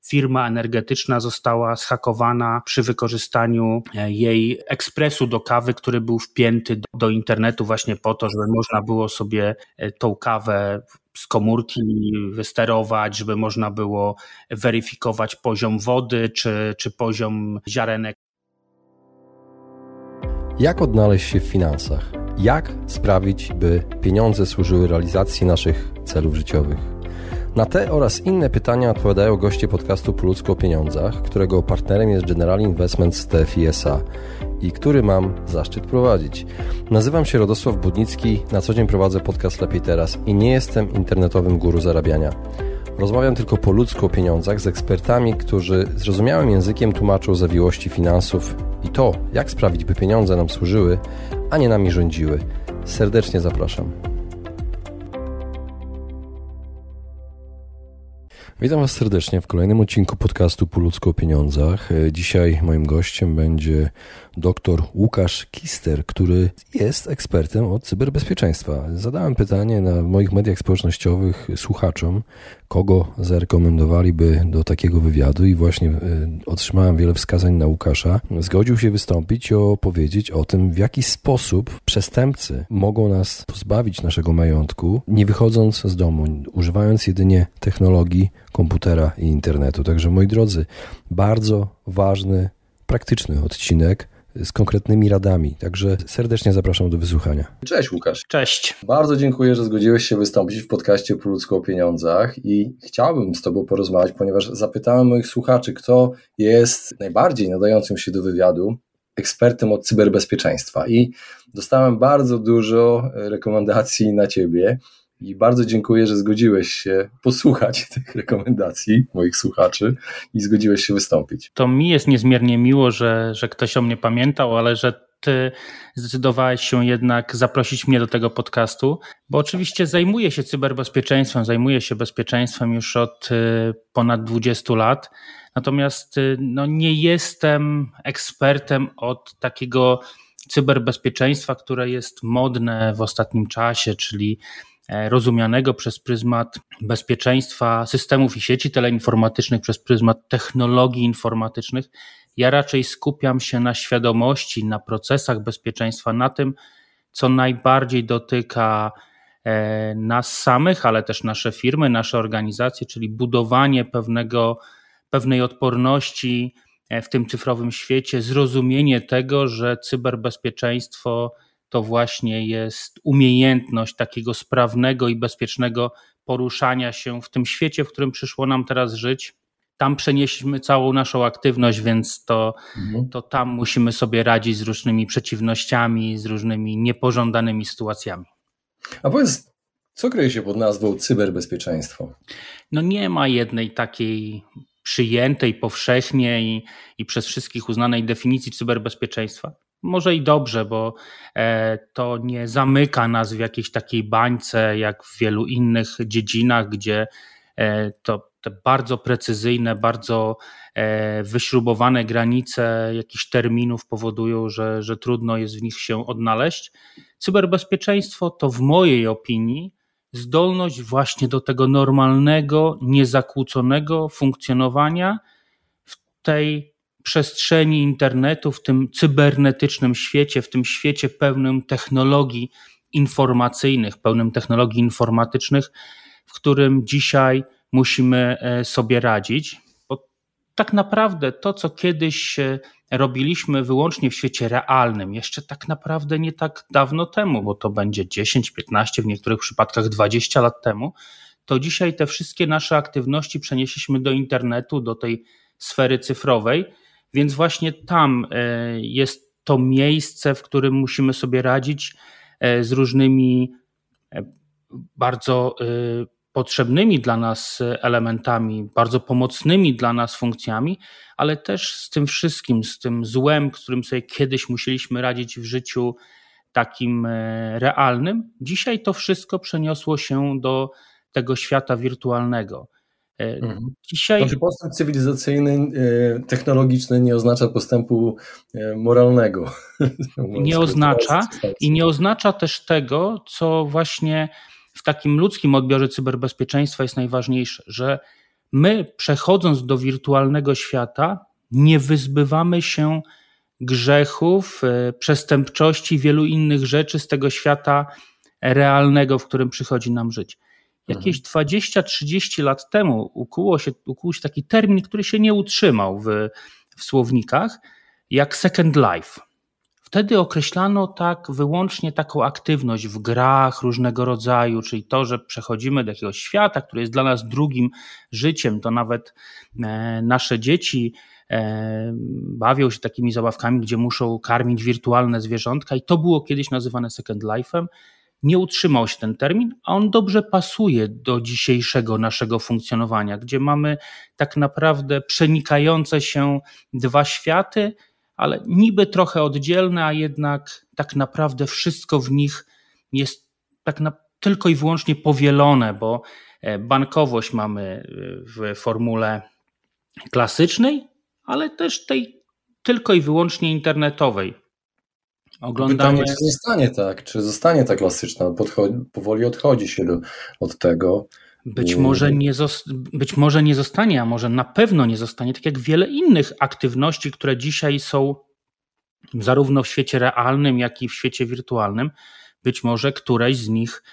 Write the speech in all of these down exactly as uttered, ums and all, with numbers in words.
firma energetyczna została zhakowana przy wykorzystaniu jej ekspresu do kawy, który był wpięty do, do internetu właśnie po to, żeby można było sobie tą kawę z komórki wysterować, żeby można było weryfikować poziom wody czy, czy poziom ziarenek. Jak odnaleźć się w finansach? Jak sprawić, by pieniądze służyły realizacji naszych celów życiowych? Na te oraz inne pytania odpowiadają goście podcastu Po ludzku o pieniądzach, którego partnerem jest General Investments T F I S A i który mam zaszczyt prowadzić. Nazywam się Radosław Budnicki, na co dzień prowadzę podcast Lepiej Teraz i nie jestem internetowym guru zarabiania. Rozmawiam tylko po ludzku o pieniądzach z ekspertami, którzy zrozumiałym językiem tłumaczą zawiłości finansów i to, jak sprawić, by pieniądze nam służyły, a nie nami rządziły. Serdecznie zapraszam. Witam Was serdecznie w kolejnym odcinku podcastu Po ludzku o pieniądzach. Dzisiaj moim gościem będzie dr Łukasz Kister, który jest ekspertem od cyberbezpieczeństwa. Zadałem pytanie na moich mediach społecznościowych słuchaczom, kogo zarekomendowaliby do takiego wywiadu i właśnie otrzymałem wiele wskazań na Łukasza. Zgodził się wystąpić i opowiedzieć o tym, w jaki sposób przestępcy mogą nas pozbawić naszego majątku, nie wychodząc z domu, używając jedynie technologii, komputera i internetu. Także moi drodzy, bardzo ważny, praktyczny odcinek z konkretnymi radami. Także serdecznie zapraszam do wysłuchania. Cześć Łukasz. Cześć. Bardzo dziękuję, że zgodziłeś się wystąpić w podcaście Po ludzku o pieniądzach i chciałbym z Tobą porozmawiać, ponieważ zapytałem moich słuchaczy, kto jest najbardziej nadającym się do wywiadu ekspertem od cyberbezpieczeństwa i dostałem bardzo dużo rekomendacji na Ciebie. I bardzo dziękuję, że zgodziłeś się posłuchać tych rekomendacji moich słuchaczy i zgodziłeś się wystąpić. To mi jest niezmiernie miło, że, że ktoś o mnie pamiętał, ale że ty zdecydowałeś się jednak zaprosić mnie do tego podcastu, bo oczywiście zajmuję się cyberbezpieczeństwem, zajmuję się bezpieczeństwem już od ponad dwudziestu lat, natomiast no, nie jestem ekspertem od takiego cyberbezpieczeństwa, które jest modne w ostatnim czasie, czyli rozumianego przez pryzmat bezpieczeństwa systemów i sieci teleinformatycznych, przez pryzmat technologii informatycznych. Ja raczej skupiam się na świadomości, na procesach bezpieczeństwa, na tym, co najbardziej dotyka nas samych, ale też nasze firmy, nasze organizacje, czyli budowanie pewnego, pewnej odporności w tym cyfrowym świecie, zrozumienie tego, że cyberbezpieczeństwo to właśnie jest umiejętność takiego sprawnego i bezpiecznego poruszania się w tym świecie, w którym przyszło nam teraz żyć. Tam przenieśliśmy całą naszą aktywność, więc to, mhm. to tam musimy sobie radzić z różnymi przeciwnościami, z różnymi niepożądanymi sytuacjami. A powiedz, co kryje się pod nazwą cyberbezpieczeństwo? No nie ma jednej takiej przyjętej powszechnie i, i przez wszystkich uznanej definicji cyberbezpieczeństwa. Może i dobrze, bo to nie zamyka nas w jakiejś takiej bańce jak w wielu innych dziedzinach, gdzie to te bardzo precyzyjne, bardzo wyśrubowane granice jakichś terminów powodują, że, że trudno jest w nich się odnaleźć. Cyberbezpieczeństwo to w mojej opinii zdolność właśnie do tego normalnego, niezakłóconego funkcjonowania w tej przestrzeni internetu, w tym cybernetycznym świecie, w tym świecie pełnym technologii informacyjnych, pełnym technologii informatycznych, w którym dzisiaj musimy sobie radzić. Bo tak naprawdę to, co kiedyś robiliśmy wyłącznie w świecie realnym, jeszcze tak naprawdę nie tak dawno temu, bo to będzie dziesięć, piętnaście, w niektórych przypadkach dwadzieścia lat temu, to dzisiaj te wszystkie nasze aktywności przenieśliśmy do internetu, do tej sfery cyfrowej, więc właśnie tam jest to miejsce, w którym musimy sobie radzić z różnymi bardzo potrzebnymi dla nas elementami, bardzo pomocnymi dla nas funkcjami, ale też z tym wszystkim, z tym złem, z którym sobie kiedyś musieliśmy radzić w życiu takim realnym. Dzisiaj to wszystko przeniosło się do tego świata wirtualnego. Dzisiaj... Znaczy postęp cywilizacyjny, technologiczny nie oznacza postępu moralnego. Nie oznacza i nie oznacza też tego, co właśnie w takim ludzkim odbiorze cyberbezpieczeństwa jest najważniejsze, że my, przechodząc do wirtualnego świata, nie wyzbywamy się grzechów, przestępczości, wielu innych rzeczy z tego świata realnego, w którym przychodzi nam żyć. Jakieś dwadzieścia trzydzieści lat temu ukuło się, ukuł się taki termin, który się nie utrzymał w, w słownikach, jak second life. Wtedy określano tak wyłącznie taką aktywność w grach różnego rodzaju, czyli to, że przechodzimy do jakiegoś świata, który jest dla nas drugim życiem. To nawet e, nasze dzieci e, bawią się takimi zabawkami, gdzie muszą karmić wirtualne zwierzątka i to było kiedyś nazywane second life'em. Nie utrzymał się ten termin, a on dobrze pasuje do dzisiejszego naszego funkcjonowania, gdzie mamy tak naprawdę przenikające się dwa światy, ale niby trochę oddzielne, a jednak tak naprawdę wszystko w nich jest tak na, tylko i wyłącznie powielone, bo bankowość mamy w formule klasycznej, ale też tej tylko i wyłącznie internetowej. Oglądamy... Pytanie, czy zostanie tak, czy zostanie ta klasyczna, podchodzi, powoli odchodzi się do, od tego. Być może, nie zost- być może nie zostanie, a może na pewno nie zostanie, tak jak wiele innych aktywności, które dzisiaj są zarówno w świecie realnym, jak i w świecie wirtualnym. Być może któreś z nich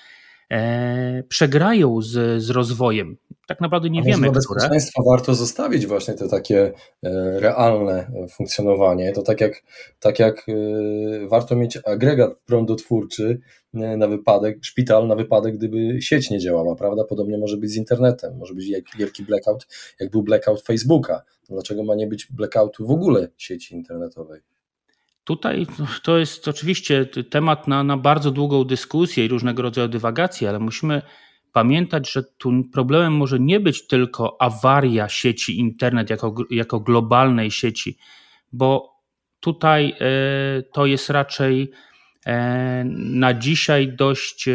e, przegrają z, z rozwojem. Tak naprawdę nie a wiemy, które. które. Bezpieczeństwa warto zostawić właśnie te takie e, realne funkcjonowanie. To tak jak, tak jak e, warto mieć agregat prądotwórczy e, na wypadek, szpital na wypadek, gdyby sieć nie działała, prawda? Podobnie może być z internetem. Może być wielki blackout, jak był blackout Facebooka. Dlaczego ma nie być blackoutu w ogóle sieci internetowej? Tutaj to jest oczywiście temat na, na bardzo długą dyskusję i różnego rodzaju dywagacje, ale musimy pamiętać, że tu problemem może nie być tylko awaria sieci internet jako, jako globalnej sieci, bo tutaj e, to jest raczej e, na dzisiaj dość e,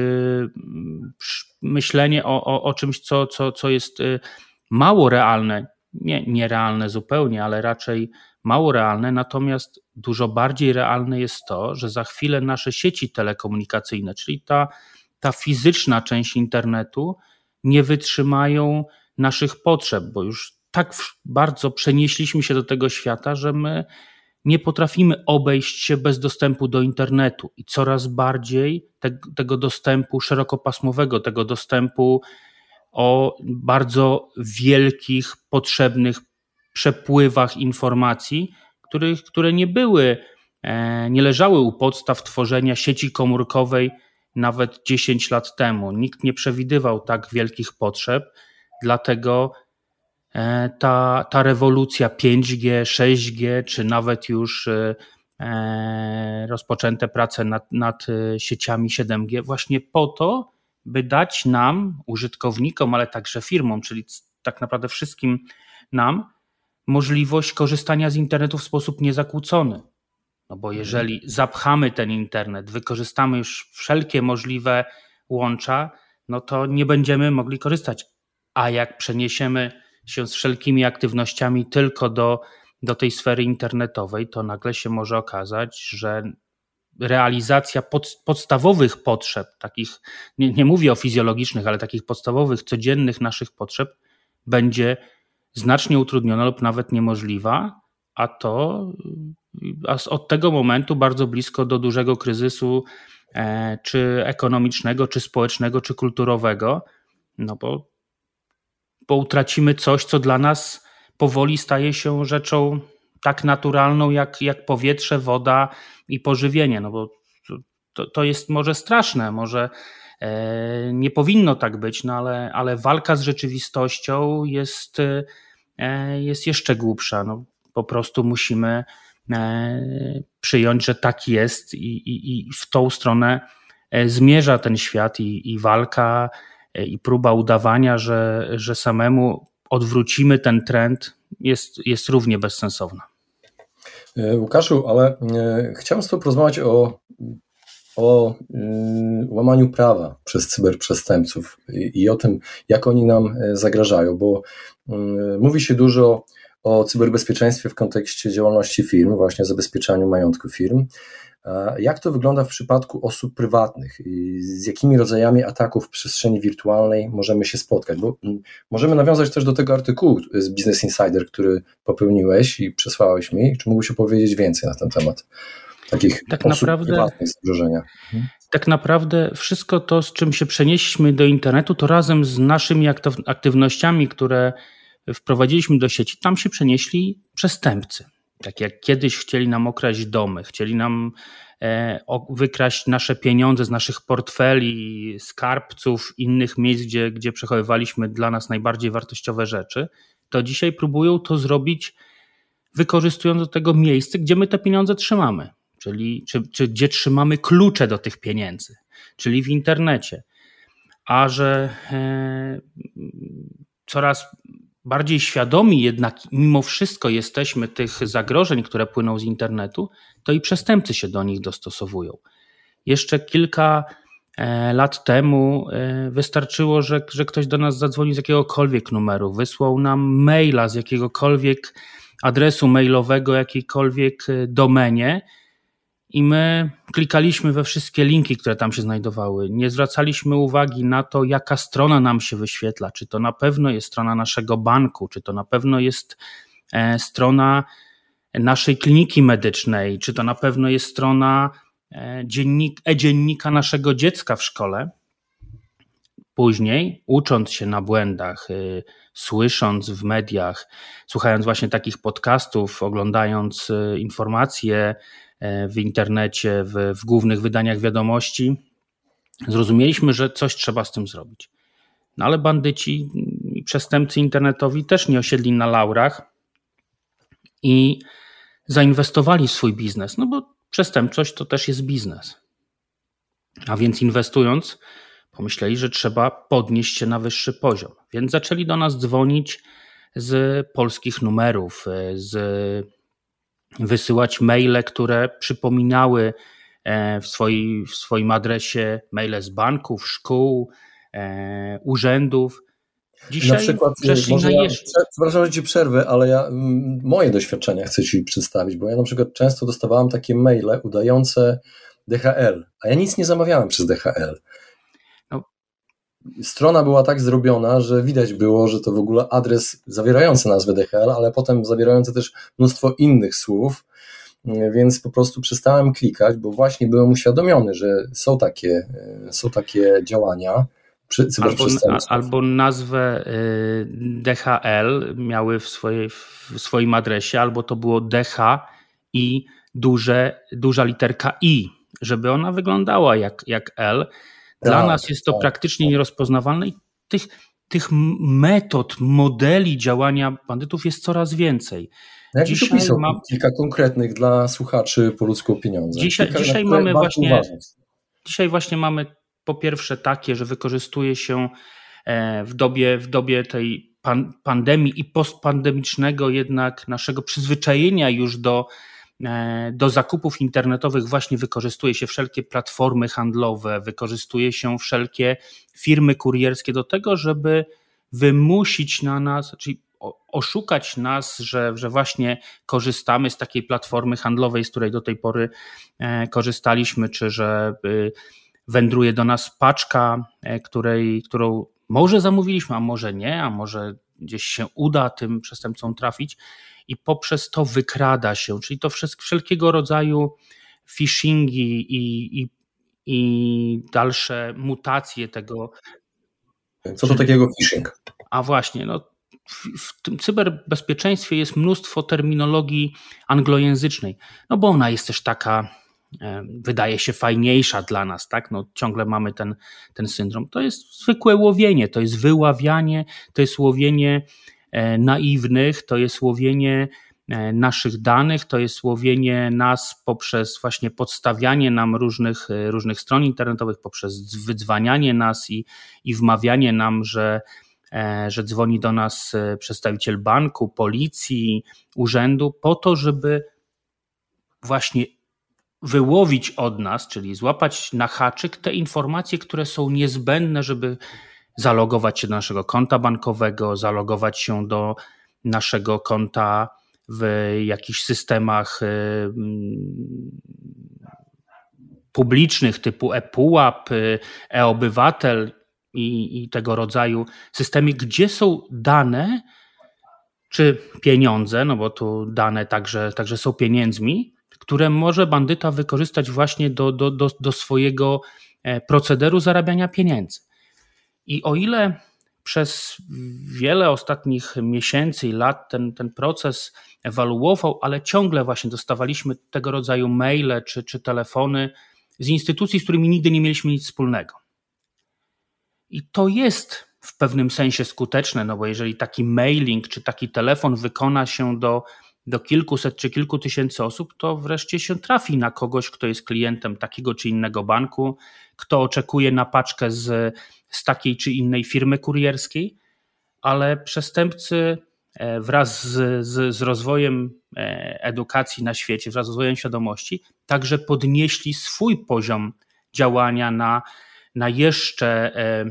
myślenie o, o, o czymś, co, co, co jest e, mało realne, nie nierealne zupełnie, ale raczej mało realne, natomiast dużo bardziej realne jest to, że za chwilę nasze sieci telekomunikacyjne, czyli ta, ta fizyczna część internetu, nie wytrzymają naszych potrzeb, bo już tak bardzo przenieśliśmy się do tego świata, że my nie potrafimy obejść się bez dostępu do internetu i coraz bardziej te, tego dostępu szerokopasmowego, tego dostępu o bardzo wielkich, potrzebnych przepływach informacji, których, które nie były, nie leżały u podstaw tworzenia sieci komórkowej nawet dziesięć lat temu. Nikt nie przewidywał tak wielkich potrzeb, dlatego ta, ta rewolucja pięć G, sześć G, czy nawet już rozpoczęte prace nad, nad sieciami siedem G właśnie po to, by dać nam, użytkownikom, ale także firmom, czyli tak naprawdę wszystkim nam, możliwość korzystania z internetu w sposób niezakłócony. No bo jeżeli zapchamy ten internet, wykorzystamy już wszelkie możliwe łącza, no to nie będziemy mogli korzystać. A jak przeniesiemy się z wszelkimi aktywnościami tylko do, do tej sfery internetowej, to nagle się może okazać, że realizacja pod, podstawowych potrzeb, takich, nie, nie mówię o fizjologicznych, ale takich podstawowych, codziennych naszych potrzeb będzie znacznie utrudniona lub nawet niemożliwa, a to a od tego momentu bardzo blisko do dużego kryzysu e, czy ekonomicznego, czy społecznego, czy kulturowego, no bo, bo utracimy coś, co dla nas powoli staje się rzeczą tak naturalną jak, jak powietrze, woda i pożywienie, no bo to, to jest może straszne, może e, nie powinno tak być, no ale, ale walka z rzeczywistością jest, e, jest jeszcze głupsza. No, po prostu musimy e, przyjąć, że tak jest i, i, i w tą stronę zmierza ten świat i, i walka i próba udawania, że, że samemu odwrócimy ten trend jest, jest równie bezsensowna. Łukaszu, ale chciałem z Tobą porozmawiać o, o łamaniu prawa przez cyberprzestępców i, i o tym, jak oni nam zagrażają, bo mówi się dużo o cyberbezpieczeństwie w kontekście działalności firm, właśnie zabezpieczaniu majątku firm, Jak to wygląda w przypadku osób prywatnych? Z jakimi rodzajami ataków w przestrzeni wirtualnej możemy się spotkać? Bo możemy nawiązać też do tego artykułu z Business Insider, który popełniłeś i przesłałeś mi. Czy mógłbyś powiedzieć więcej na ten temat? Takich tak osób naprawdę, prywatnych zagrożenia. Hmm? Tak naprawdę wszystko to, z czym się przenieśliśmy do internetu, to razem z naszymi aktywnościami, które wprowadziliśmy do sieci, tam się przenieśli przestępcy. Tak jak kiedyś chcieli nam okraść domy, chcieli nam wykraść nasze pieniądze z naszych portfeli, skarbców, innych miejsc, gdzie, gdzie przechowywaliśmy dla nas najbardziej wartościowe rzeczy, to dzisiaj próbują to zrobić, wykorzystując do tego miejsce, gdzie my te pieniądze trzymamy, czyli czy, czy gdzie trzymamy klucze do tych pieniędzy, czyli w internecie. A że e, coraz bardziej świadomi jednak mimo wszystko jesteśmy tych zagrożeń, które płyną z internetu, to i przestępcy się do nich dostosowują. Jeszcze kilka lat temu wystarczyło, że, że ktoś do nas zadzwonił z jakiegokolwiek numeru, wysłał nam maila z jakiegokolwiek adresu mailowego, jakiejkolwiek domenie i my klikaliśmy we wszystkie linki, które tam się znajdowały. Nie zwracaliśmy uwagi na to, jaka strona nam się wyświetla, czy to na pewno jest strona naszego banku, czy to na pewno jest strona naszej kliniki medycznej, czy to na pewno jest strona dziennik, e-dziennika naszego dziecka w szkole. Później, ucząc się na błędach, słysząc w mediach, słuchając właśnie takich podcastów, oglądając informacje w internecie, w, w głównych wydaniach wiadomości, zrozumieliśmy, że coś trzeba z tym zrobić. No ale bandyci i przestępcy internetowi też nie osiedli na laurach i zainwestowali w swój biznes, no bo przestępczość to też jest biznes. A więc inwestując, pomyśleli, że trzeba podnieść się na wyższy poziom. Więc zaczęli do nas dzwonić z polskich numerów, z wysyłać maile, które przypominały w, swoi, w swoim adresie maile z banków, szkół, e, urzędów. Dzisiaj na przykład, przeszli może na ja, jeszcze. Przepraszam, że ci przerwę, ale ja moje doświadczenia chcę ci przedstawić, bo ja na przykład często dostawałem takie maile udające D H L, a ja nic nie zamawiałem przez D H L. No. Strona była tak zrobiona, że widać było, że to w ogóle adres zawierający nazwę D H L, ale potem zawierający też mnóstwo innych słów, więc po prostu przestałem klikać, bo właśnie byłem uświadomiony, że są takie, są takie działania. Albo, albo nazwę D H L miały w, swojej, w swoim adresie, albo to było D H i duże, duża literka I, żeby ona wyglądała jak, jak L. Dla tak, nas jest to tak, praktycznie tak. nierozpoznawalne i tych, tych metod, modeli działania bandytów jest coraz więcej. Jak dzisiaj mam kilka konkretnych dla słuchaczy po ludzku pieniądze. Dzisiaj, dzisiaj mamy właśnie dzisiaj właśnie mamy po pierwsze takie, że wykorzystuje się w dobie, w dobie tej pan, pandemii i postpandemicznego jednak naszego przyzwyczajenia już do, do zakupów internetowych właśnie wykorzystuje się wszelkie platformy handlowe, wykorzystuje się wszelkie firmy kurierskie do tego, żeby wymusić na nas, czyli oszukać nas, że, że właśnie korzystamy z takiej platformy handlowej, z której do tej pory korzystaliśmy, czy że wędruje do nas paczka, której, którą może zamówiliśmy, a może nie, a może gdzieś się uda tym przestępcom trafić i poprzez to wykrada się, czyli to wszelkiego rodzaju phishingi i, i, i dalsze mutacje tego. Co to takiego phishing? A właśnie, no w, w tym cyberbezpieczeństwie jest mnóstwo terminologii anglojęzycznej, no bo ona jest też taka, wydaje się fajniejsza dla nas, tak? No, ciągle mamy ten, ten syndrom. To jest zwykłe łowienie, to jest wyławianie, to jest łowienie naiwnych, to jest łowienie naszych danych, to jest łowienie nas poprzez właśnie podstawianie nam różnych, różnych stron internetowych, poprzez wydzwanianie nas i, i wmawianie nam, że, że dzwoni do nas przedstawiciel banku, policji, urzędu, po to, żeby właśnie wyłowić od nas, czyli złapać na haczyk te informacje, które są niezbędne, żeby zalogować się do naszego konta bankowego, zalogować się do naszego konta w jakichś systemach publicznych typu ePUAP, e-Obywatel i, i tego rodzaju systemy, gdzie są dane czy pieniądze, no bo tu dane także, także są pieniędzmi, które może bandyta wykorzystać właśnie do, do, do, do swojego procederu zarabiania pieniędzy. I o ile przez wiele ostatnich miesięcy i lat ten, ten proces ewoluował, ale ciągle właśnie dostawaliśmy tego rodzaju maile czy, czy telefony z instytucji, z którymi nigdy nie mieliśmy nic wspólnego. I to jest w pewnym sensie skuteczne, no bo jeżeli taki mailing czy taki telefon wykona się do, do kilkuset czy kilku tysięcy osób, to wreszcie się trafi na kogoś, kto jest klientem takiego czy innego banku, kto oczekuje na paczkę z, z takiej czy innej firmy kurierskiej, ale przestępcy wraz z, z, z rozwojem edukacji na świecie, wraz z rozwojem świadomości, także podnieśli swój poziom działania na, na jeszcze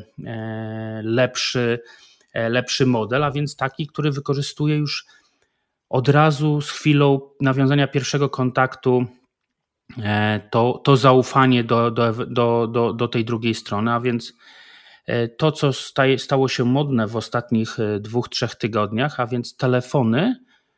lepszy, lepszy model, a więc taki, który wykorzystuje już od razu z chwilą nawiązania pierwszego kontaktu to, to zaufanie do, do, do, do, do tej drugiej strony, a więc to, co staje, stało się modne w ostatnich dwóch, trzech tygodniach, a więc telefony.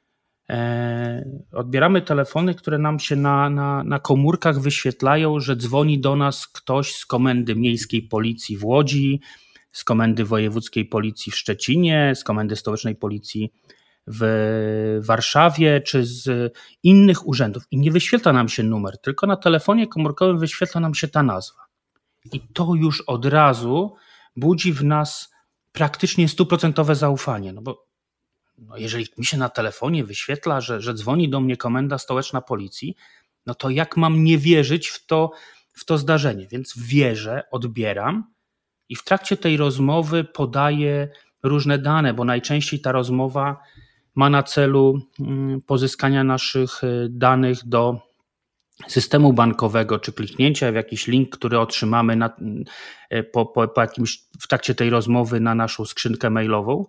Odbieramy telefony, które nam się na, na, na komórkach wyświetlają, że dzwoni do nas ktoś z Komendy Miejskiej Policji w Łodzi, z Komendy Wojewódzkiej Policji w Szczecinie, z Komendy Stołecznej Policji w Warszawie, czy z innych urzędów. I nie wyświetla nam się numer, tylko na telefonie komórkowym wyświetla nam się ta nazwa. I to już od razu budzi w nas praktycznie stuprocentowe zaufanie. No bo no jeżeli mi się na telefonie wyświetla, że, że dzwoni do mnie Komenda Stołeczna Policji, no to jak mam nie wierzyć w to, w to zdarzenie? Więc wierzę, odbieram i w trakcie tej rozmowy podaję różne dane, bo najczęściej ta rozmowa ma na celu pozyskania naszych danych do systemu bankowego, czy kliknięcia w jakiś link, który otrzymamy na, po, po, po jakimś, w trakcie tej rozmowy na naszą skrzynkę mailową,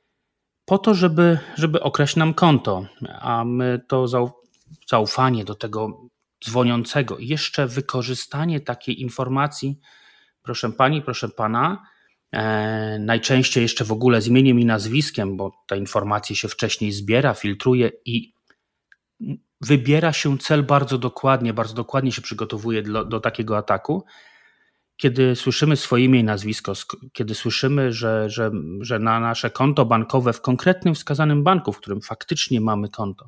po to, żeby, żeby okraść nam konto, a my to zaufanie do tego dzwoniącego i jeszcze wykorzystanie takiej informacji, proszę pani, proszę pana, e, najczęściej jeszcze w ogóle z imieniem i nazwiskiem, bo te informacje się wcześniej zbiera, filtruje i wybiera się cel bardzo dokładnie, bardzo dokładnie się przygotowuje do, do takiego ataku. Kiedy słyszymy swoje imię i nazwisko, kiedy słyszymy, że, że, że na nasze konto bankowe w konkretnym wskazanym banku, w którym faktycznie mamy konto,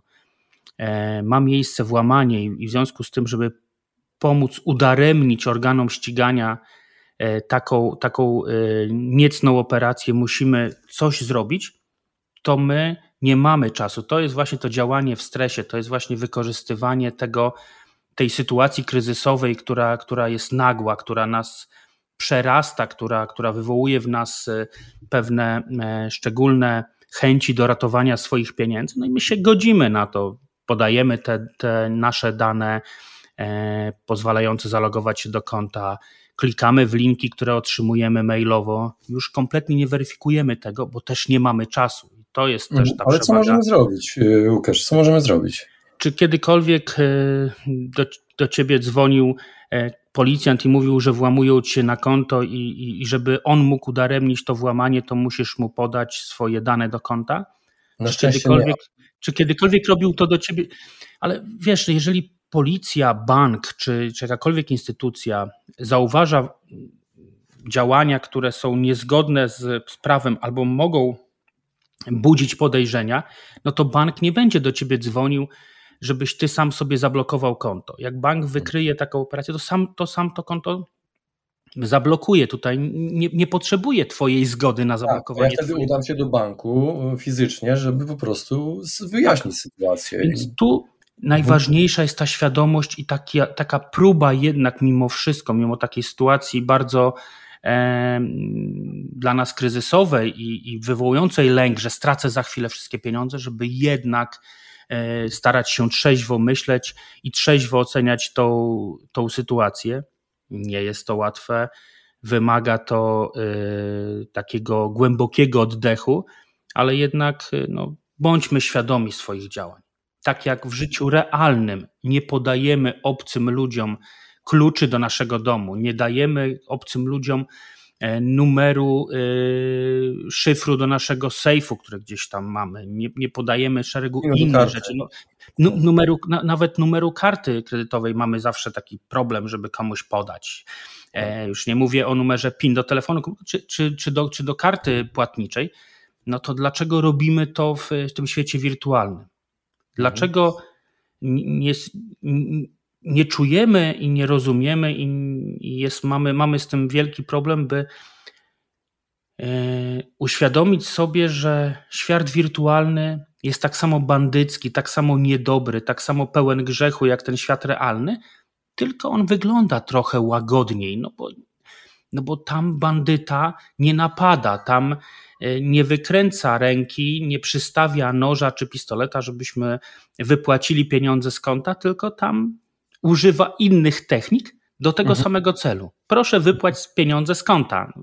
e, ma miejsce włamanie i, i w związku z tym, żeby pomóc udaremnić organom ścigania e, taką, taką e, niecną operację, musimy coś zrobić, to my nie mamy czasu. To jest właśnie to działanie w stresie, to jest właśnie wykorzystywanie tego, tej sytuacji kryzysowej, która, która jest nagła, która nas przerasta, która, która wywołuje w nas pewne szczególne chęci do ratowania swoich pieniędzy. No i my się godzimy na to, podajemy te, te nasze dane e, pozwalające zalogować się do konta, klikamy w linki, które otrzymujemy mailowo, już kompletnie nie weryfikujemy tego, bo też nie mamy czasu. I to jest też ta Ale przewaga. Co możemy zrobić, Łukasz? Co możemy zrobić? Czy kiedykolwiek do, do ciebie dzwonił policjant i mówił, że włamują ci się na konto i, i, i żeby on mógł udaremnić to włamanie, to musisz mu podać swoje dane do konta? Na czy, szczęście kiedykolwiek, nie. czy kiedykolwiek robił to do ciebie? Ale wiesz, jeżeli policja, bank czy, czy jakakolwiek instytucja zauważa działania, które są niezgodne z, z prawem albo mogą budzić podejrzenia, no to bank nie będzie do ciebie dzwonił, żebyś ty sam sobie zablokował konto. Jak bank wykryje taką operację, to sam to, sam to konto zablokuje. Tutaj nie, nie potrzebuje twojej zgody na zablokowanie. Tak, ja wtedy twojego. udam się do banku fizycznie, żeby po prostu wyjaśnić sytuację. Więc tu najważniejsza jest ta świadomość i taki, taka próba jednak mimo wszystko, mimo takiej sytuacji bardzo e, dla nas kryzysowej i, i wywołującej lęk, że stracę za chwilę wszystkie pieniądze, żeby jednak starać się trzeźwo myśleć i trzeźwo oceniać tą, tą sytuację. Nie jest to łatwe, wymaga to y, takiego głębokiego oddechu, ale jednak no, bądźmy świadomi swoich działań. Tak jak w życiu realnym nie podajemy obcym ludziom kluczy do naszego domu, nie dajemy obcym ludziom numeru, szyfru do naszego sejfu, który gdzieś tam mamy, nie, nie podajemy szeregu no, innych karty. rzeczy. No, numeru, na, nawet numeru karty kredytowej mamy zawsze taki problem, żeby komuś podać. E, już nie mówię o numerze PIN do telefonu czy, czy, czy, do, czy do karty płatniczej. No to dlaczego robimy to w, w tym świecie wirtualnym? Dlaczego nie, nie czujemy i nie rozumiemy i jest, mamy, mamy z tym wielki problem, by e, uświadomić sobie, że świat wirtualny jest tak samo bandycki, tak samo niedobry, tak samo pełen grzechu jak ten świat realny, tylko on wygląda trochę łagodniej, no bo, no bo tam bandyta nie napada, tam nie wykręca ręki, nie przystawia noża czy pistoleta, żebyśmy wypłacili pieniądze z konta, tylko tam używa innych technik do tego mhm. samego celu. Proszę wypłać pieniądze z konta.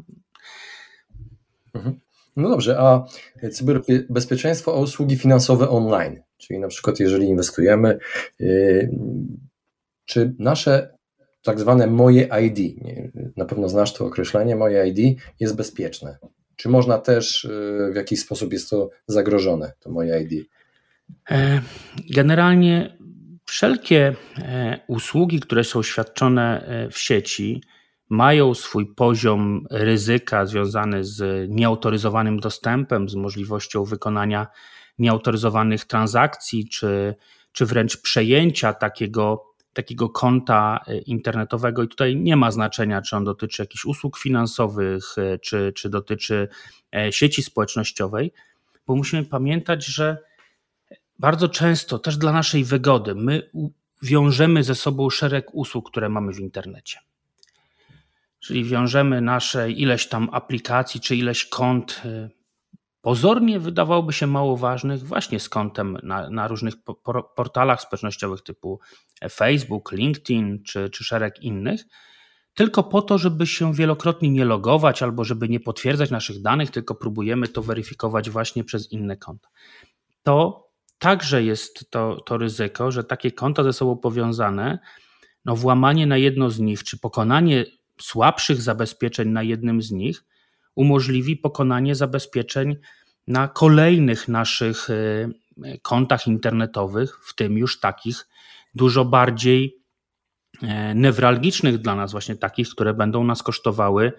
Mhm. No dobrze, a cyberbezpieczeństwo, a usługi finansowe online, czyli na przykład jeżeli inwestujemy, yy, czy nasze tak zwane moje I D, nie, na pewno znasz to określenie, moje I D jest bezpieczne? Czy można też, w jakiś sposób jest to zagrożone, to moje I D? Generalnie wszelkie usługi, które są świadczone w sieci, mają swój poziom ryzyka związany z nieautoryzowanym dostępem, z możliwością wykonania nieautoryzowanych transakcji, czy, czy wręcz przejęcia takiego, takiego konta internetowego. I tutaj nie ma znaczenia, czy on dotyczy jakichś usług finansowych, czy, czy dotyczy sieci społecznościowej, bo musimy pamiętać, że bardzo często też dla naszej wygody my wiążemy ze sobą szereg usług, które mamy w internecie. Czyli wiążemy nasze ileś tam aplikacji, czy ileś kont pozornie wydawałoby się mało ważnych właśnie z kontem na, na różnych portalach społecznościowych typu Facebook, LinkedIn czy, czy szereg innych, tylko po to, żeby się wielokrotnie nie logować albo żeby nie potwierdzać naszych danych, tylko próbujemy to weryfikować właśnie przez inne konta. To także jest to, to ryzyko, że takie konta ze sobą powiązane, no włamanie na jedno z nich, czy pokonanie słabszych zabezpieczeń na jednym z nich umożliwi pokonanie zabezpieczeń na kolejnych naszych kontach internetowych, w tym już takich dużo bardziej newralgicznych dla nas, właśnie takich, które będą nas kosztowały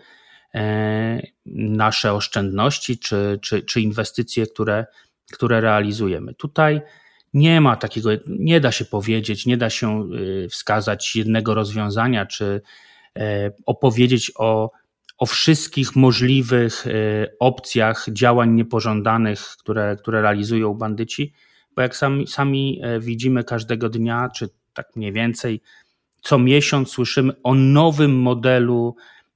nasze oszczędności czy, czy, czy inwestycje, które, które realizujemy. Tutaj nie ma takiego, nie da się powiedzieć, nie da się wskazać jednego rozwiązania, czy opowiedzieć o, o wszystkich możliwych opcjach działań niepożądanych, które, które realizują bandyci, bo jak sami, sami widzimy każdego dnia, czy tak mniej więcej co miesiąc słyszymy o nowym modelu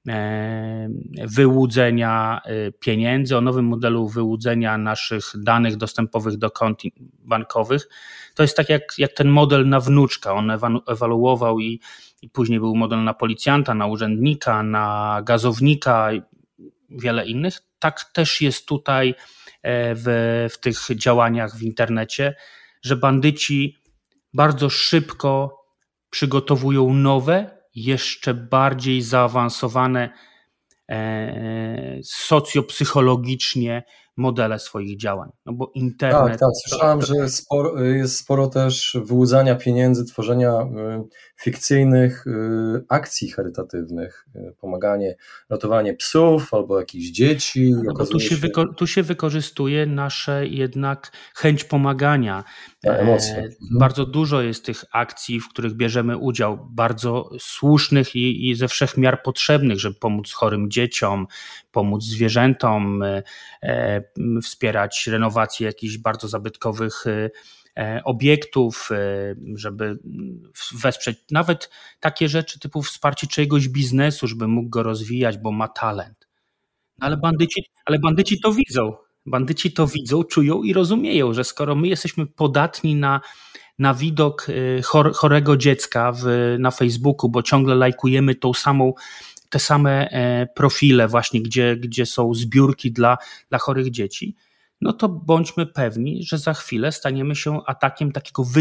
wyłudzenia pieniędzy, o nowym modelu wyłudzenia naszych danych dostępowych do kont bankowych. To jest tak jak, jak ten model na wnuczka, on ewaluował i, i później był model na policjanta, na urzędnika, na gazownika i wiele innych. Tak też jest tutaj w, w tych działaniach w internecie, że bandyci bardzo szybko przygotowują nowe, jeszcze bardziej zaawansowane e, socjopsychologicznie modele swoich działań. No bo internet... Tak, tak. Słyszałem, to... że sporo, jest sporo też wyłudzania pieniędzy, tworzenia y, fikcyjnych y, akcji charytatywnych, y, pomaganie, ratowanie psów albo jakichś dzieci. No bo tu się, się... Wyko- tu się wykorzystuje nasze jednak chęć pomagania. Emocje. E, bardzo dużo jest tych akcji, w których bierzemy udział, bardzo słusznych i, i ze wszech miar potrzebnych, żeby pomóc chorym dzieciom, pomóc zwierzętom, e, wspierać renowację jakichś bardzo zabytkowych obiektów, żeby wesprzeć nawet takie rzeczy typu wsparcie czyjegoś biznesu, żeby mógł go rozwijać, bo ma talent. Ale bandyci, ale bandyci to widzą. Bandyci to widzą, czują i rozumieją, że skoro my jesteśmy podatni na, na widok chor, chorego dziecka w, na Facebooku, bo ciągle lajkujemy tą samą te same profile właśnie, gdzie, gdzie są zbiórki dla, dla chorych dzieci, no to bądźmy pewni, że za chwilę staniemy się atakiem takiego wy...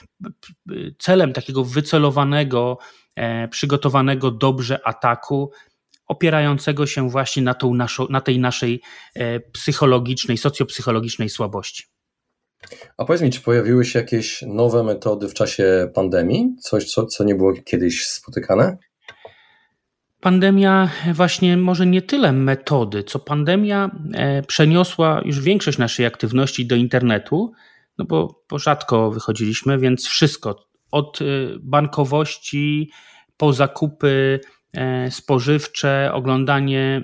celem takiego wycelowanego, e, przygotowanego dobrze ataku, opierającego się właśnie na, tą naszą, na tej naszej e, psychologicznej, socjopsychologicznej słabości. A powiedz mi, czy pojawiły się jakieś nowe metody w czasie pandemii? Coś, co, co nie było kiedyś spotykane? Pandemia właśnie może nie tyle metody, co pandemia przeniosła już większość naszej aktywności do internetu, no bo, bo rzadko wychodziliśmy, więc wszystko od bankowości po zakupy spożywcze, oglądanie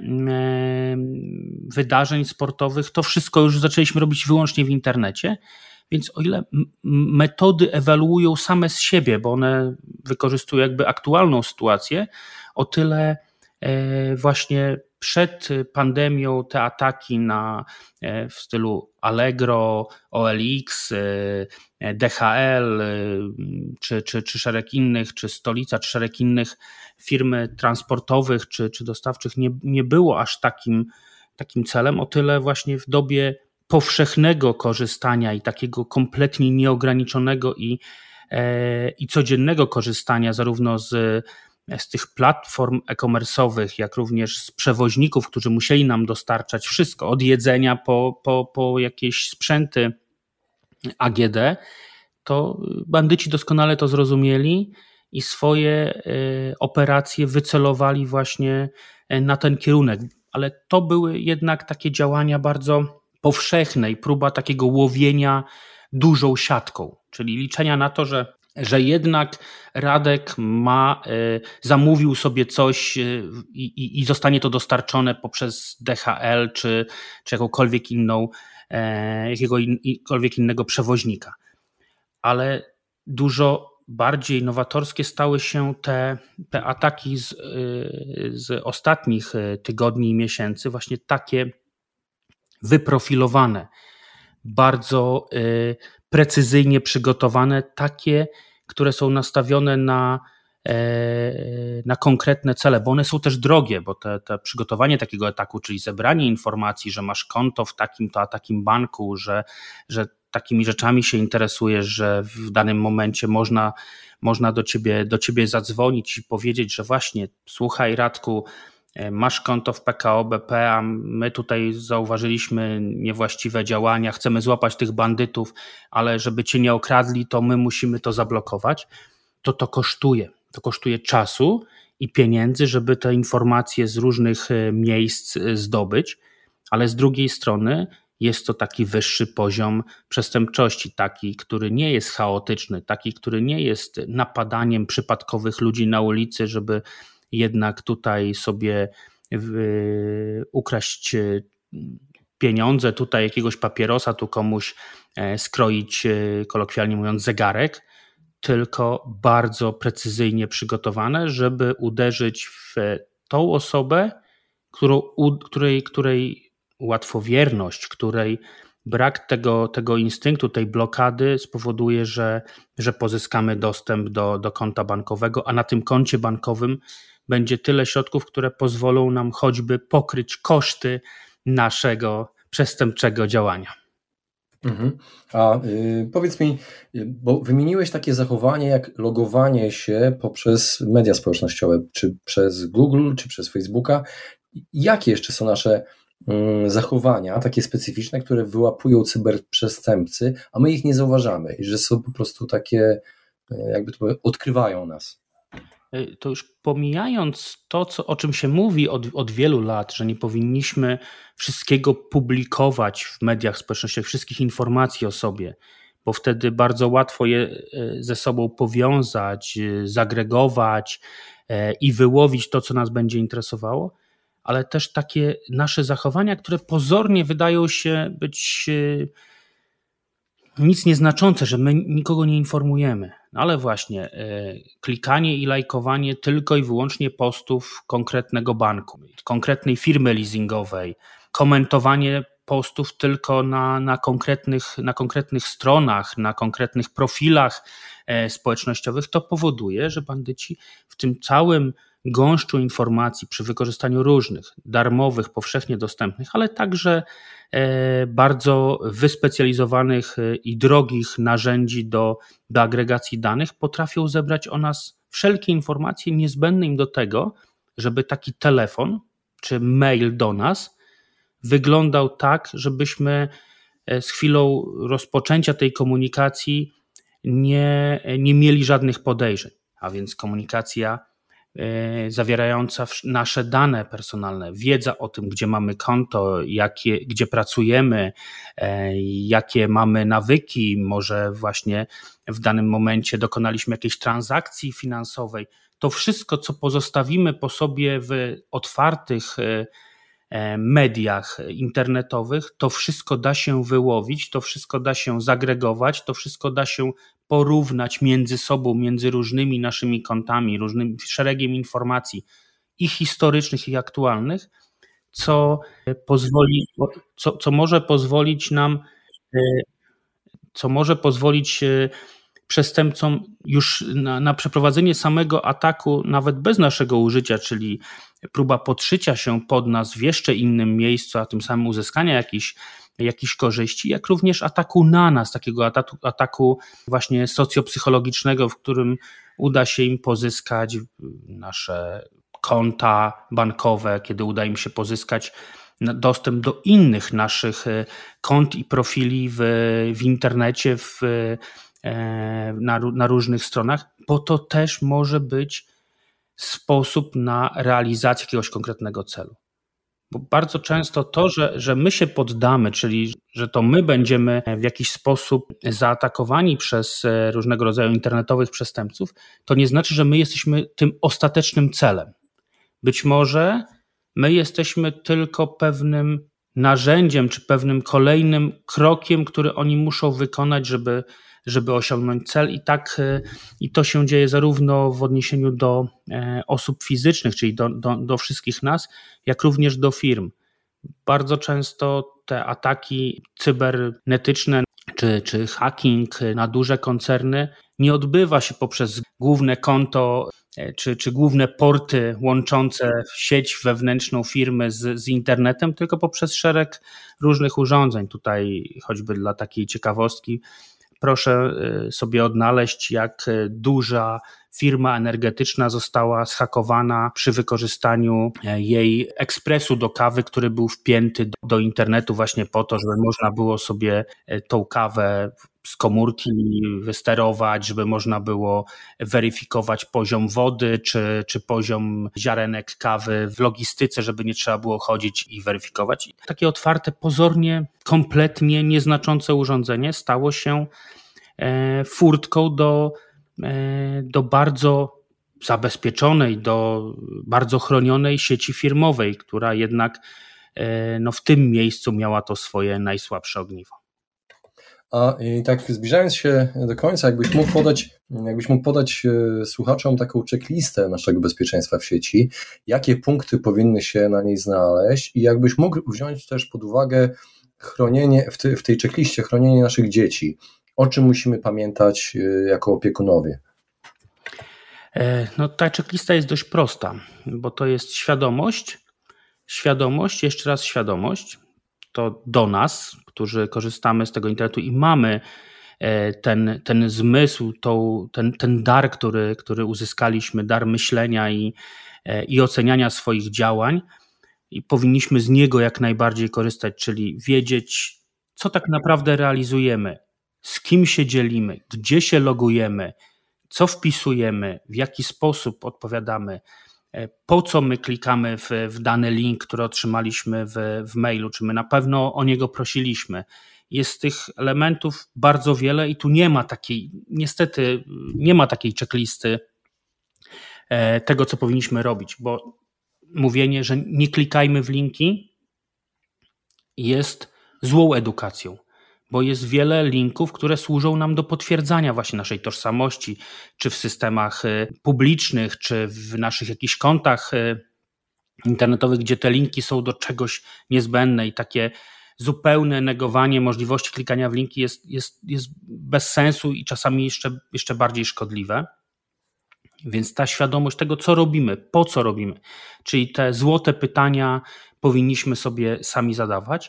wydarzeń sportowych, to wszystko już zaczęliśmy robić wyłącznie w internecie. Więc o ile metody ewaluują same z siebie, bo one wykorzystują jakby aktualną sytuację, o tyle właśnie przed pandemią te ataki na, w stylu Allegro, O L X, D H L, czy, czy, czy szereg innych, czy Stolica, czy szereg innych firm transportowych, czy, czy dostawczych nie, nie było aż takim, takim celem, o tyle właśnie w dobie powszechnego korzystania i takiego kompletnie nieograniczonego i, e, i codziennego korzystania zarówno z, z tych platform e-commerce'owych, jak również z przewoźników, którzy musieli nam dostarczać wszystko, od jedzenia po, po, po jakieś sprzęty A G D, to bandyci doskonale to zrozumieli i swoje e, operacje wycelowali właśnie na ten kierunek. Ale to były jednak takie działania bardzo powszechnej, próba takiego łowienia dużą siatką, czyli liczenia na to, że, że jednak Radek ma, y, zamówił sobie coś y, i, i zostanie to dostarczone poprzez D H L czy, czy jakąkolwiek inną, y, jakiegokolwiek innego przewoźnika. Ale dużo bardziej nowatorskie stały się te, te ataki z, y, z ostatnich tygodni i miesięcy, właśnie takie wyprofilowane, bardzo y, precyzyjnie przygotowane, takie, które są nastawione na, y, na konkretne cele, bo one są też drogie, bo te, te przygotowanie takiego ataku, czyli zebranie informacji, że masz konto w takim to a takim banku, że, że takimi rzeczami się interesujesz, że w danym momencie można, można do ciebie, do ciebie zadzwonić i powiedzieć, że właśnie słuchaj Radku, masz konto w P K O B P, a my tutaj zauważyliśmy niewłaściwe działania, chcemy złapać tych bandytów, ale żeby cię nie okradli, to my musimy to zablokować, to to kosztuje. To kosztuje czasu i pieniędzy, żeby te informacje z różnych miejsc zdobyć, ale z drugiej strony jest to taki wyższy poziom przestępczości, taki, który nie jest chaotyczny, taki, który nie jest napadaniem przypadkowych ludzi na ulicy, żeby jednak tutaj sobie ukraść pieniądze, tutaj jakiegoś papierosa, tu komuś skroić, kolokwialnie mówiąc, zegarek, tylko bardzo precyzyjnie przygotowane, żeby uderzyć w tą osobę, którą, której, której łatwowierność, której brak tego, tego instynktu, tej blokady spowoduje, że, że pozyskamy dostęp do, do konta bankowego, a na tym koncie bankowym będzie tyle środków, które pozwolą nam choćby pokryć koszty naszego przestępczego działania. Mhm. A y, powiedz mi, bo wymieniłeś takie zachowanie jak logowanie się poprzez media społecznościowe, czy przez Google, czy przez Facebooka. Jakie jeszcze są nasze y, zachowania, takie specyficzne, które wyłapują cyberprzestępcy, a my ich nie zauważamy i że są po prostu takie, jakby to powiedzieć, odkrywają nas? To już pomijając to, co, o czym się mówi od, od wielu lat, że nie powinniśmy wszystkiego publikować w mediach społecznościowych, wszystkich informacji o sobie, bo wtedy bardzo łatwo je ze sobą powiązać, zagregować i wyłowić to, co nas będzie interesowało, ale też takie nasze zachowania, które pozornie wydają się być nic nieznaczące, że my nikogo nie informujemy. No ale właśnie klikanie i lajkowanie tylko i wyłącznie postów konkretnego banku, konkretnej firmy leasingowej, komentowanie postów tylko na, na, konkretnych, na konkretnych stronach, na konkretnych profilach społecznościowych, to powoduje, że bandyci w tym całym gąszczu informacji przy wykorzystaniu różnych, darmowych, powszechnie dostępnych, ale także bardzo wyspecjalizowanych i drogich narzędzi do, do agregacji danych potrafią zebrać o nas wszelkie informacje niezbędne im do tego, żeby taki telefon czy mail do nas wyglądał tak, żebyśmy z chwilą rozpoczęcia tej komunikacji nie, nie mieli żadnych podejrzeń, a więc komunikacja zawierająca nasze dane personalne, wiedza o tym, gdzie mamy konto, jakie, gdzie pracujemy, jakie mamy nawyki, może właśnie w danym momencie dokonaliśmy jakiejś transakcji finansowej. To wszystko, co pozostawimy po sobie w otwartych mediach internetowych, to wszystko da się wyłowić, to wszystko da się zagregować, to wszystko da się porównać między sobą, między różnymi naszymi kontami, różnym szeregiem informacji i historycznych, i aktualnych, co pozwoli, co, co może pozwolić nam, co może pozwolić przestępcom już na, na przeprowadzenie samego ataku, nawet bez naszego użycia, czyli próba podszycia się pod nas w jeszcze innym miejscu, a tym samym uzyskania jakichś jakichś korzyści, jak również ataku na nas, takiego ataku, ataku właśnie socjopsychologicznego, w którym uda się im pozyskać nasze konta bankowe, kiedy uda im się pozyskać dostęp do innych naszych kont i profili w, w internecie, w, na, na różnych stronach, bo to też może być sposób na realizację jakiegoś konkretnego celu. Bo bardzo często to, że, że my się poddamy, czyli że to my będziemy w jakiś sposób zaatakowani przez różnego rodzaju internetowych przestępców, to nie znaczy, że my jesteśmy tym ostatecznym celem. Być może my jesteśmy tylko pewnym narzędziem, czy pewnym kolejnym krokiem, który oni muszą wykonać, żeby, żeby osiągnąć cel. I tak i to się dzieje zarówno w odniesieniu do osób fizycznych, czyli do, do, do wszystkich nas, jak również do firm. Bardzo często te ataki cybernetyczne czy, czy hacking na duże koncerny nie odbywa się poprzez główne konto czy, czy główne porty łączące sieć wewnętrzną firmy z, z internetem, tylko poprzez szereg różnych urządzeń. Tutaj choćby dla takiej ciekawostki proszę sobie odnaleźć, jak duża firma energetyczna została zhakowana przy wykorzystaniu jej ekspresu do kawy, który był wpięty do, do internetu właśnie po to, żeby można było sobie tą kawę z komórki wysterować, żeby można było weryfikować poziom wody czy, czy poziom ziarenek kawy w logistyce, żeby nie trzeba było chodzić i weryfikować. Takie otwarte, pozornie, kompletnie nieznaczące urządzenie stało się furtką do, do bardzo zabezpieczonej, do bardzo chronionej sieci firmowej, która jednak no, w tym miejscu miała to swoje najsłabsze ogniwo. A i tak zbliżając się do końca, jakbyś mógł podać, jakbyś mógł podać słuchaczom taką checklistę naszego bezpieczeństwa w sieci, jakie punkty powinny się na niej znaleźć i jakbyś mógł wziąć też pod uwagę chronienie, w, ty, w tej checkliście chronienie naszych dzieci. O czym musimy pamiętać jako opiekunowie? No, ta checklista jest dość prosta, bo to jest świadomość, świadomość, jeszcze raz świadomość, to do nas, którzy korzystamy z tego internetu i mamy ten, ten zmysł, tą, ten, ten dar, który, który uzyskaliśmy, dar myślenia i, i oceniania swoich działań i powinniśmy z niego jak najbardziej korzystać, czyli wiedzieć, co tak naprawdę realizujemy, z kim się dzielimy, gdzie się logujemy, co wpisujemy, w jaki sposób odpowiadamy, po co my klikamy w, w dany link, który otrzymaliśmy w, w mailu, czy my na pewno o niego prosiliśmy. Jest tych elementów bardzo wiele i tu nie ma takiej, niestety nie ma takiej checklisty tego, co powinniśmy robić, bo mówienie, że nie klikajmy w linki jest złą edukacją, bo jest wiele linków, które służą nam do potwierdzania właśnie naszej tożsamości, czy w systemach publicznych, czy w naszych jakichś kontach internetowych, gdzie te linki są do czegoś niezbędne i takie zupełne negowanie możliwości klikania w linki jest, jest, jest bez sensu i czasami jeszcze, jeszcze bardziej szkodliwe. Więc ta świadomość tego, co robimy, po co robimy, czyli te złote pytania powinniśmy sobie sami zadawać.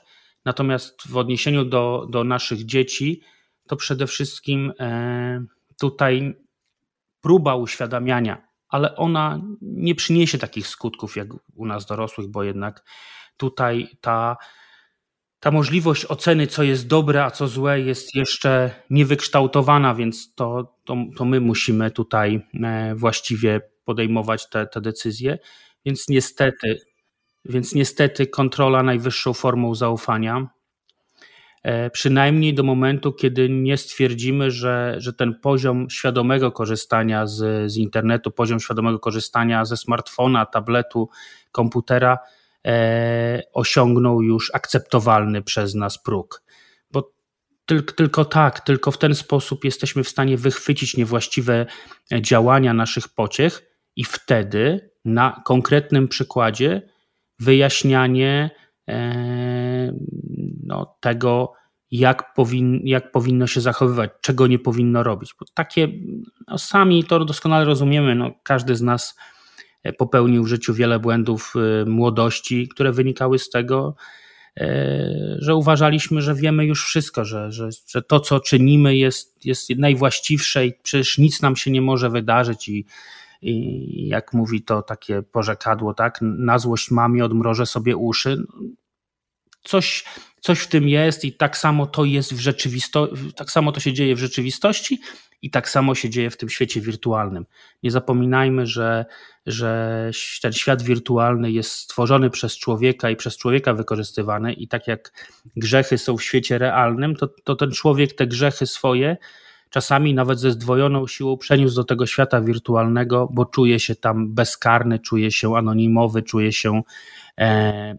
Natomiast w odniesieniu do, do naszych dzieci, to przede wszystkim tutaj próba uświadamiania, ale ona nie przyniesie takich skutków jak u nas dorosłych, bo jednak tutaj ta, ta możliwość oceny, co jest dobre, a co złe, jest jeszcze niewykształtowana, więc to, to, to my musimy tutaj właściwie podejmować te, te decyzje. Więc niestety, więc niestety kontrola najwyższą formą zaufania, przynajmniej do momentu, kiedy nie stwierdzimy, że, że ten poziom świadomego korzystania z, z internetu, poziom świadomego korzystania ze smartfona, tabletu, komputera e, osiągnął już akceptowalny przez nas próg. Bo tylko, tylko tak, tylko w ten sposób jesteśmy w stanie wychwycić niewłaściwe działania naszych pociech i wtedy na konkretnym przykładzie wyjaśnianie no, tego, jak, powin, jak powinno się zachowywać, czego nie powinno robić. Bo takie, no, sami to doskonale rozumiemy, no, każdy z nas popełnił w życiu wiele błędów młodości, które wynikały z tego, że uważaliśmy, że wiemy już wszystko, że, że, że to, co czynimy, jest, jest najwłaściwsze i przecież nic nam się nie może wydarzyć i I jak mówi to takie porzekadło, tak, na złość mamie odmrożę sobie uszy. Coś, coś w tym jest i tak samo to jest w rzeczywistości, tak samo to się dzieje w rzeczywistości i tak samo się dzieje w tym świecie wirtualnym. Nie zapominajmy, że, że ten świat wirtualny jest stworzony przez człowieka i przez człowieka wykorzystywany i tak jak grzechy są w świecie realnym, to, to ten człowiek te grzechy swoje czasami nawet ze zdwojoną siłą przeniósł do tego świata wirtualnego, bo czuje się tam bezkarny, czuje się anonimowy, czuje się e,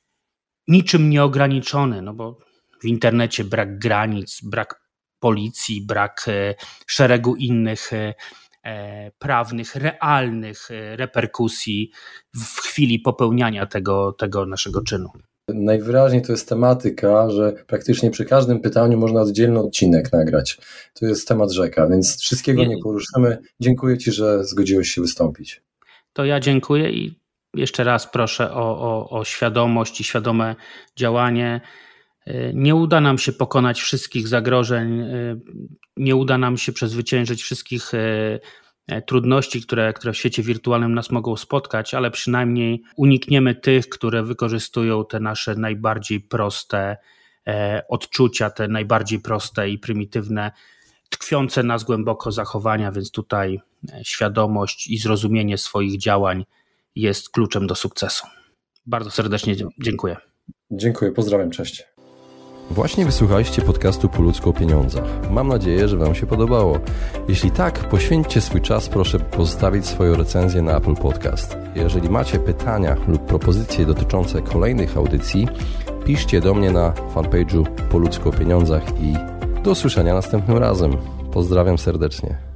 niczym nieograniczony, no bo w internecie brak granic, brak policji, brak e, szeregu innych e, prawnych, realnych e, reperkusji w chwili popełniania tego, tego naszego czynu. Najwyraźniej to jest tematyka, że praktycznie przy każdym pytaniu można oddzielny odcinek nagrać. To jest temat rzeka, więc wszystkiego nie poruszymy. Dziękuję Ci, że zgodziłeś się wystąpić. To ja dziękuję i jeszcze raz proszę o, o, o świadomość i świadome działanie. Nie uda nam się pokonać wszystkich zagrożeń, nie uda nam się przezwyciężyć wszystkich trudności, które, które w świecie wirtualnym nas mogą spotkać, ale przynajmniej unikniemy tych, które wykorzystują te nasze najbardziej proste e, odczucia, te najbardziej proste i prymitywne, tkwiące nas głęboko zachowania, więc tutaj świadomość i zrozumienie swoich działań jest kluczem do sukcesu. Bardzo serdecznie dziękuję. Dziękuję, pozdrawiam, cześć. Właśnie wysłuchaliście podcastu Po ludzku o pieniądzach. Mam nadzieję, że Wam się podobało. Jeśli tak, poświęćcie swój czas, proszę pozostawić swoją recenzję na Apple Podcast. Jeżeli macie pytania lub propozycje dotyczące kolejnych audycji, piszcie do mnie na fanpage'u Po ludzku o pieniądzach i do usłyszenia następnym razem. Pozdrawiam serdecznie.